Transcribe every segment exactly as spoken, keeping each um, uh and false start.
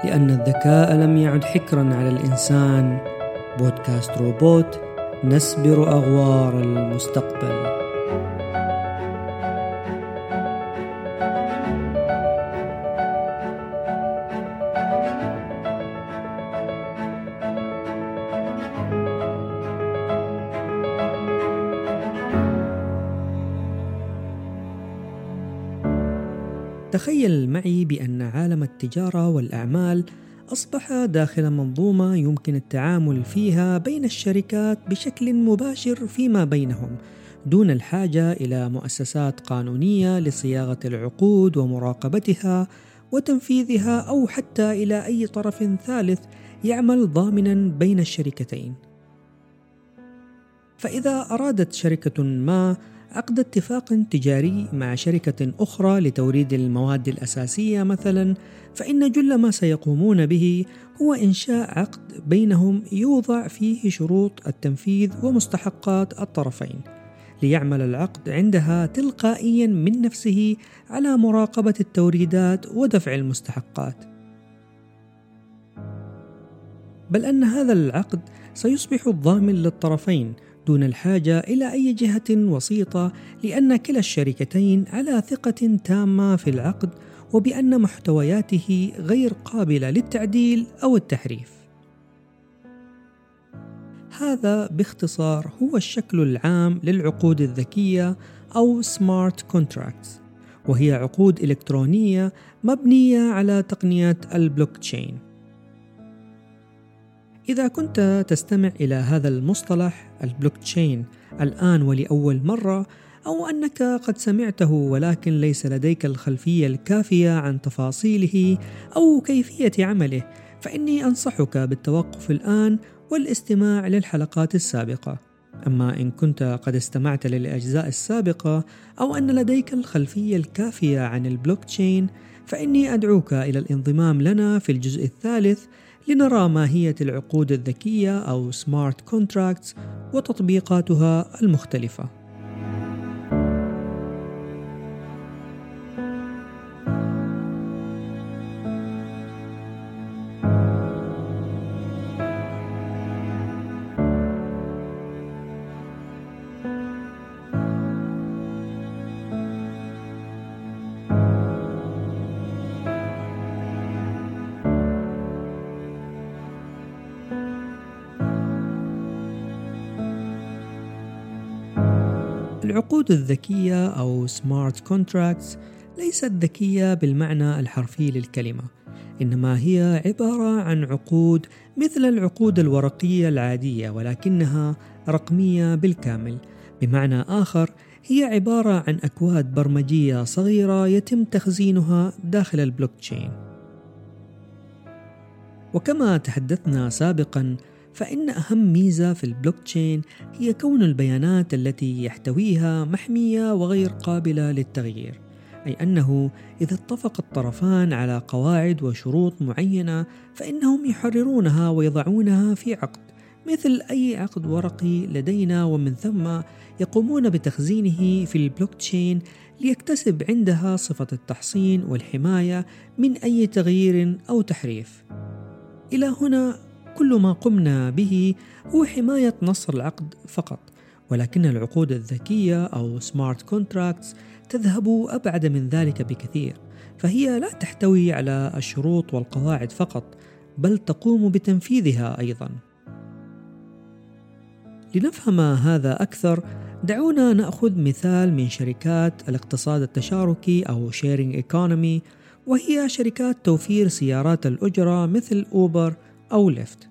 لأن الذكاء لم يعد حكرا على الإنسان. بودكاست روبوت، نسبر أغوار المستقبل. تخيل معي بأن عالم التجارة والأعمال أصبح داخل منظومة يمكن التعامل فيها بين الشركات بشكل مباشر فيما بينهم، دون الحاجة إلى مؤسسات قانونية لصياغة العقود ومراقبتها وتنفيذها، أو حتى إلى أي طرف ثالث يعمل ضامناً بين الشركتين. فإذا أرادت شركة ما عقد اتفاق تجاري مع شركة أخرى لتوريد المواد الأساسية مثلا، فإن جل ما سيقومون به هو إنشاء عقد بينهم يوضع فيه شروط التنفيذ ومستحقات الطرفين، ليعمل العقد عندها تلقائيا من نفسه على مراقبة التوريدات ودفع المستحقات. بل أن هذا العقد سيصبح الضامن للطرفين دون الحاجة إلى أي جهة وسيطة، لأن كلا الشركتين على ثقة تامة في العقد وبأن محتوياته غير قابلة للتعديل أو التحريف. هذا باختصار هو الشكل العام للعقود الذكية أو Smart Contracts، وهي عقود إلكترونية مبنية على تقنية البلوكتشين. إذا كنت تستمع إلى هذا المصطلح البلوكتشين الآن ولأول مرة، أو أنك قد سمعته ولكن ليس لديك الخلفية الكافية عن تفاصيله أو كيفية عمله، فإني أنصحك بالتوقف الآن والاستماع للحلقات السابقة. أما إن كنت قد استمعت للأجزاء السابقة أو أن لديك الخلفية الكافية عن البلوكتشين، فإني أدعوك إلى الانضمام لنا في الجزء الثالث لنرى ماهية العقود الذكية أو Smart Contracts وتطبيقاتها المختلفة. العقود الذكية أو Smart Contracts ليست ذكية بالمعنى الحرفي للكلمة، إنما هي عبارة عن عقود مثل العقود الورقية العادية، ولكنها رقمية بالكامل. بمعنى آخر، هي عبارة عن أكواد برمجية صغيرة يتم تخزينها داخل البلوكتشين. وكما تحدثنا سابقاً، فإن أهم ميزة في البلوكتشين هي كون البيانات التي يحتويها محمية وغير قابلة للتغيير، أي أنه إذا اتفق الطرفان على قواعد وشروط معينة فإنهم يحررونها ويضعونها في عقد مثل أي عقد ورقي لدينا، ومن ثم يقومون بتخزينه في البلوكتشين ليكتسب عندها صفة التحصين والحماية من أي تغيير أو تحريف. إلى هنا كل ما قمنا به هو حماية نص العقد فقط، ولكن العقود الذكية أو Smart Contracts تذهب أبعد من ذلك بكثير، فهي لا تحتوي على الشروط والقواعد فقط، بل تقوم بتنفيذها أيضا. لنفهم هذا أكثر، دعونا نأخذ مثال من شركات الاقتصاد التشاركي أو Sharing Economy، وهي شركات توفير سيارات الأجرة مثل أوبر أو ليفت.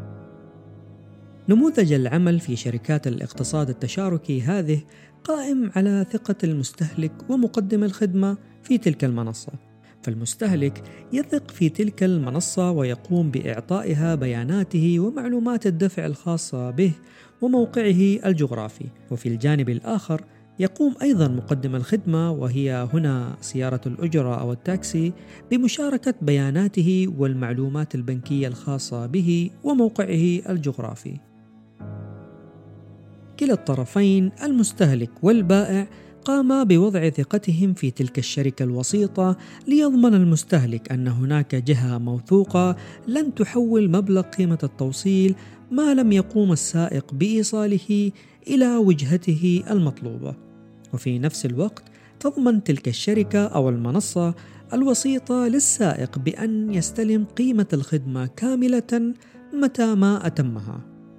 نموذج العمل في شركات الاقتصاد التشاركي هذه قائم على ثقة المستهلك ومقدم الخدمة في تلك المنصة، فالمستهلك يثق في تلك المنصة ويقوم بإعطائها بياناته ومعلومات الدفع الخاصة به وموقعه الجغرافي. وفي الجانب الآخر يقوم أيضا مقدم الخدمة، وهي هنا سيارة الأجرة أو التاكسي، بمشاركة بياناته والمعلومات البنكية الخاصة به وموقعه الجغرافي. كلا الطرفين المستهلك والبائع قام بوضع ثقتهم في تلك الشركة الوسيطة ليضمن المستهلك أن هناك جهة موثوقة لن تحول مبلغ قيمة التوصيل ما لم يقوم السائق بإيصاله إلى وجهته المطلوبة. وفي نفس الوقت تضمن تلك الشركة أو المنصة الوسيطة للسائق بأن يستلم قيمة الخدمة كاملة متى ما أتمها.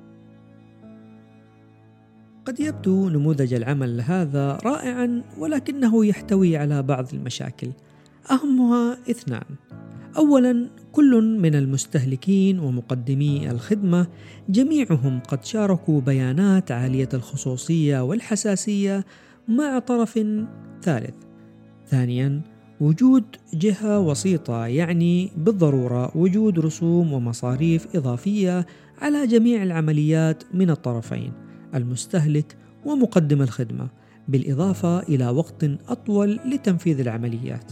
قد يبدو نموذج العمل هذا رائعاً، ولكنه يحتوي على بعض المشاكل، أهمها اثنان. أولاً، كل من المستهلكين ومقدمي الخدمة جميعهم قد شاركوا بيانات عالية الخصوصية والحساسية مع طرف ثالث. ثانياً، وجود جهة وسيطة يعني بالضرورة وجود رسوم ومصاريف إضافية على جميع العمليات من الطرفين، المستهلك ومقدم الخدمة، بالإضافة إلى وقت أطول لتنفيذ العمليات.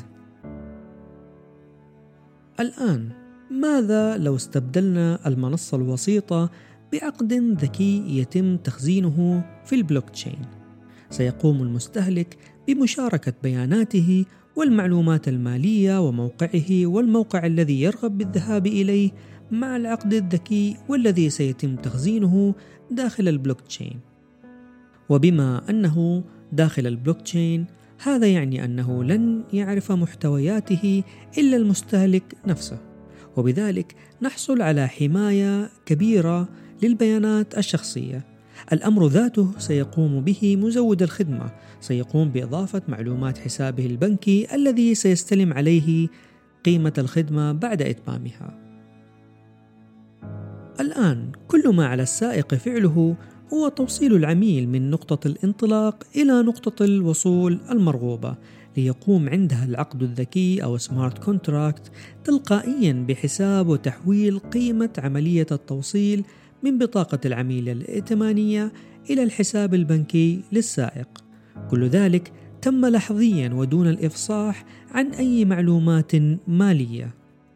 الآن، ماذا لو استبدلنا المنصة الوسيطة بعقد ذكي يتم تخزينه في البلوكتشين؟ سيقوم المستهلك بمشاركة بياناته والمعلومات المالية وموقعه والموقع الذي يرغب بالذهاب إليه مع العقد الذكي والذي سيتم تخزينه داخل البلوكتشين. وبما أنه داخل البلوكتشين، هذا يعني أنه لن يعرف محتوياته إلا المستهلك نفسه، وبذلك نحصل على حماية كبيرة للبيانات الشخصية. الأمر ذاته سيقوم به مزود الخدمة، سيقوم بإضافة معلومات حسابه البنكي الذي سيستلم عليه قيمة الخدمة بعد إتمامها. الآن كل ما على السائق فعله هو توصيل العميل من نقطة الانطلاق إلى نقطة الوصول المرغوبة، ليقوم عندها العقد الذكي أو سمارت كونتراكت تلقائيا بحساب وتحويل قيمة عملية التوصيل من بطاقة العميل الائتمانية إلى الحساب البنكي للسائق. كل ذلك تم لحظيا ودون الإفصاح عن أي معلومات مالية.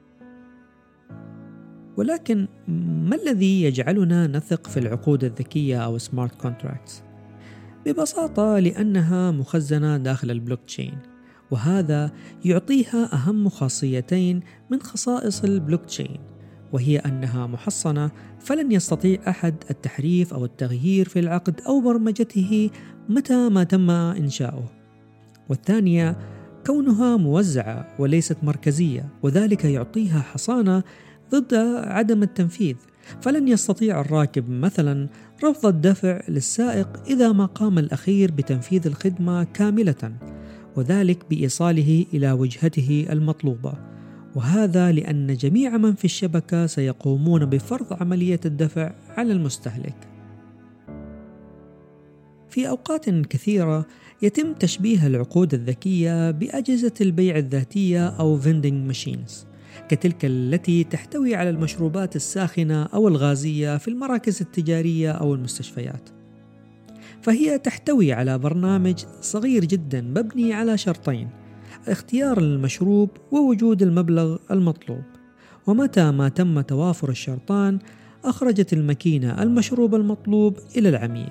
ولكن ما الذي يجعلنا نثق في العقود الذكية أو سمارت كونتراكتس؟ ببساطة لأنها مخزنة داخل البلوكتشين، وهذا يعطيها أهم خاصيتين من خصائص البلوكتشين، وهي أنها محصنة فلن يستطيع أحد التحريف أو التغيير في العقد أو برمجته متى ما تم إنشاؤه. والثانية كونها موزعة وليست مركزية، وذلك يعطيها حصانة ضد عدم التنفيذ، فلن يستطيع الراكب مثلا رفض الدفع للسائق إذا ما قام الأخير بتنفيذ الخدمة كاملة، وذلك بإيصاله إلى وجهته المطلوبة. وهذا لأن جميع من في الشبكة سيقومون بفرض عملية الدفع على المستهلك. في أوقات كثيرة يتم تشبيه العقود الذكية بأجهزة البيع الذاتية أو vending machines، كتلك التي تحتوي على المشروبات الساخنة أو الغازية في المراكز التجارية أو المستشفيات. فهي تحتوي على برنامج صغير جدا مبني على شرطين: اختيار المشروب ووجود المبلغ المطلوب. ومتى ما تم توافر الشرطان، أخرجت الماكينة المشروب المطلوب إلى العميل.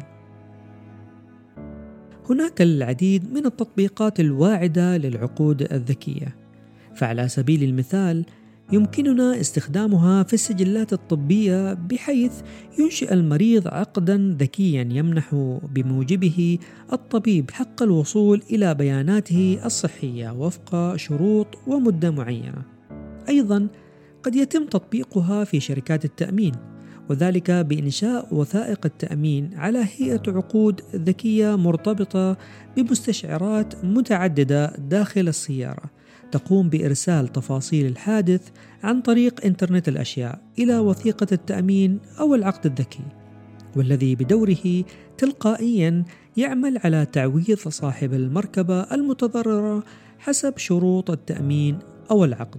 هناك العديد من التطبيقات الواعدة للعقود الذكية، فعلى سبيل المثال يمكننا استخدامها في السجلات الطبية، بحيث ينشئ المريض عقداً ذكياً يمنح بموجبه الطبيب حق الوصول إلى بياناته الصحية وفق شروط ومدة معينة. أيضاً قد يتم تطبيقها في شركات التأمين، وذلك بإنشاء وثائق التأمين على هيئة عقود ذكية مرتبطة بمستشعرات متعددة داخل السيارة، تقوم بإرسال تفاصيل الحادث عن طريق إنترنت الأشياء إلى وثيقة التأمين أو العقد الذكي، والذي بدوره تلقائياً يعمل على تعويض صاحب المركبة المتضررة حسب شروط التأمين أو العقد.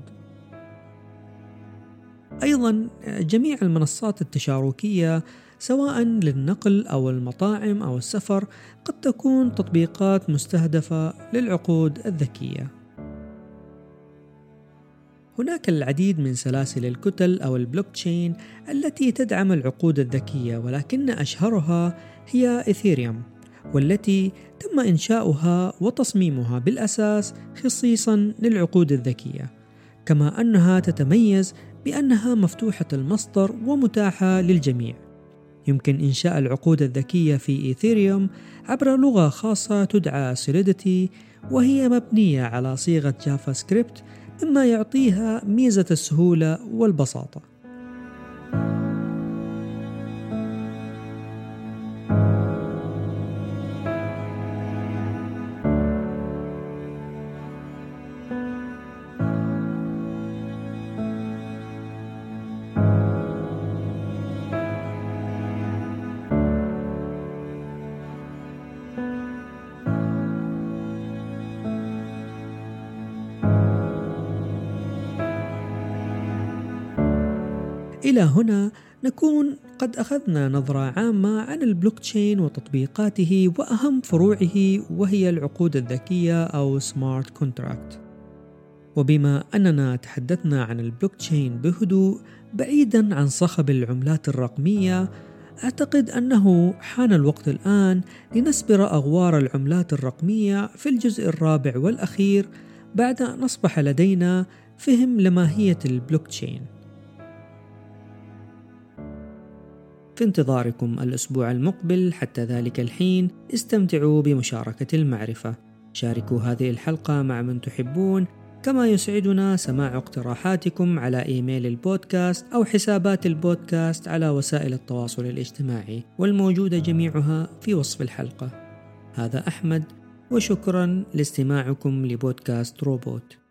أيضاً جميع المنصات التشاركية سواء للنقل أو المطاعم أو السفر قد تكون تطبيقات مستهدفة للعقود الذكية. هناك العديد من سلاسل الكتل أو البلوكتشين التي تدعم العقود الذكية، ولكن أشهرها هي إثيريوم، والتي تم إنشاؤها وتصميمها بالأساس خصيصاً للعقود الذكية، كما أنها تتميز بأنها مفتوحة المصدر ومتاحة للجميع. يمكن إنشاء العقود الذكية في إيثيريوم عبر لغة خاصة تدعى سوليديتي، وهي مبنية على صيغة جافا سكريبت، مما يعطيها ميزة السهولة والبساطة. إلى هنا نكون قد أخذنا نظرة عامة عن البلوكتشين وتطبيقاته وأهم فروعه، وهي العقود الذكية أو سمارت كونتراكت. وبما أننا تحدثنا عن البلوكتشين بهدوء بعيداً عن صخب العملات الرقمية، أعتقد أنه حان الوقت الآن لنسبر أغوار العملات الرقمية في الجزء الرابع والأخير، بعد أن أصبح لدينا فهم لماهية البلوكتشين. في انتظاركم الأسبوع المقبل. حتى ذلك الحين استمتعوا بمشاركة المعرفة، شاركوا هذه الحلقة مع من تحبون، كما يسعدنا سماع اقتراحاتكم على إيميل البودكاست أو حسابات البودكاست على وسائل التواصل الاجتماعي، والموجودة جميعها في وصف الحلقة. هذا أحمد، وشكرا لاستماعكم لبودكاست روبوت.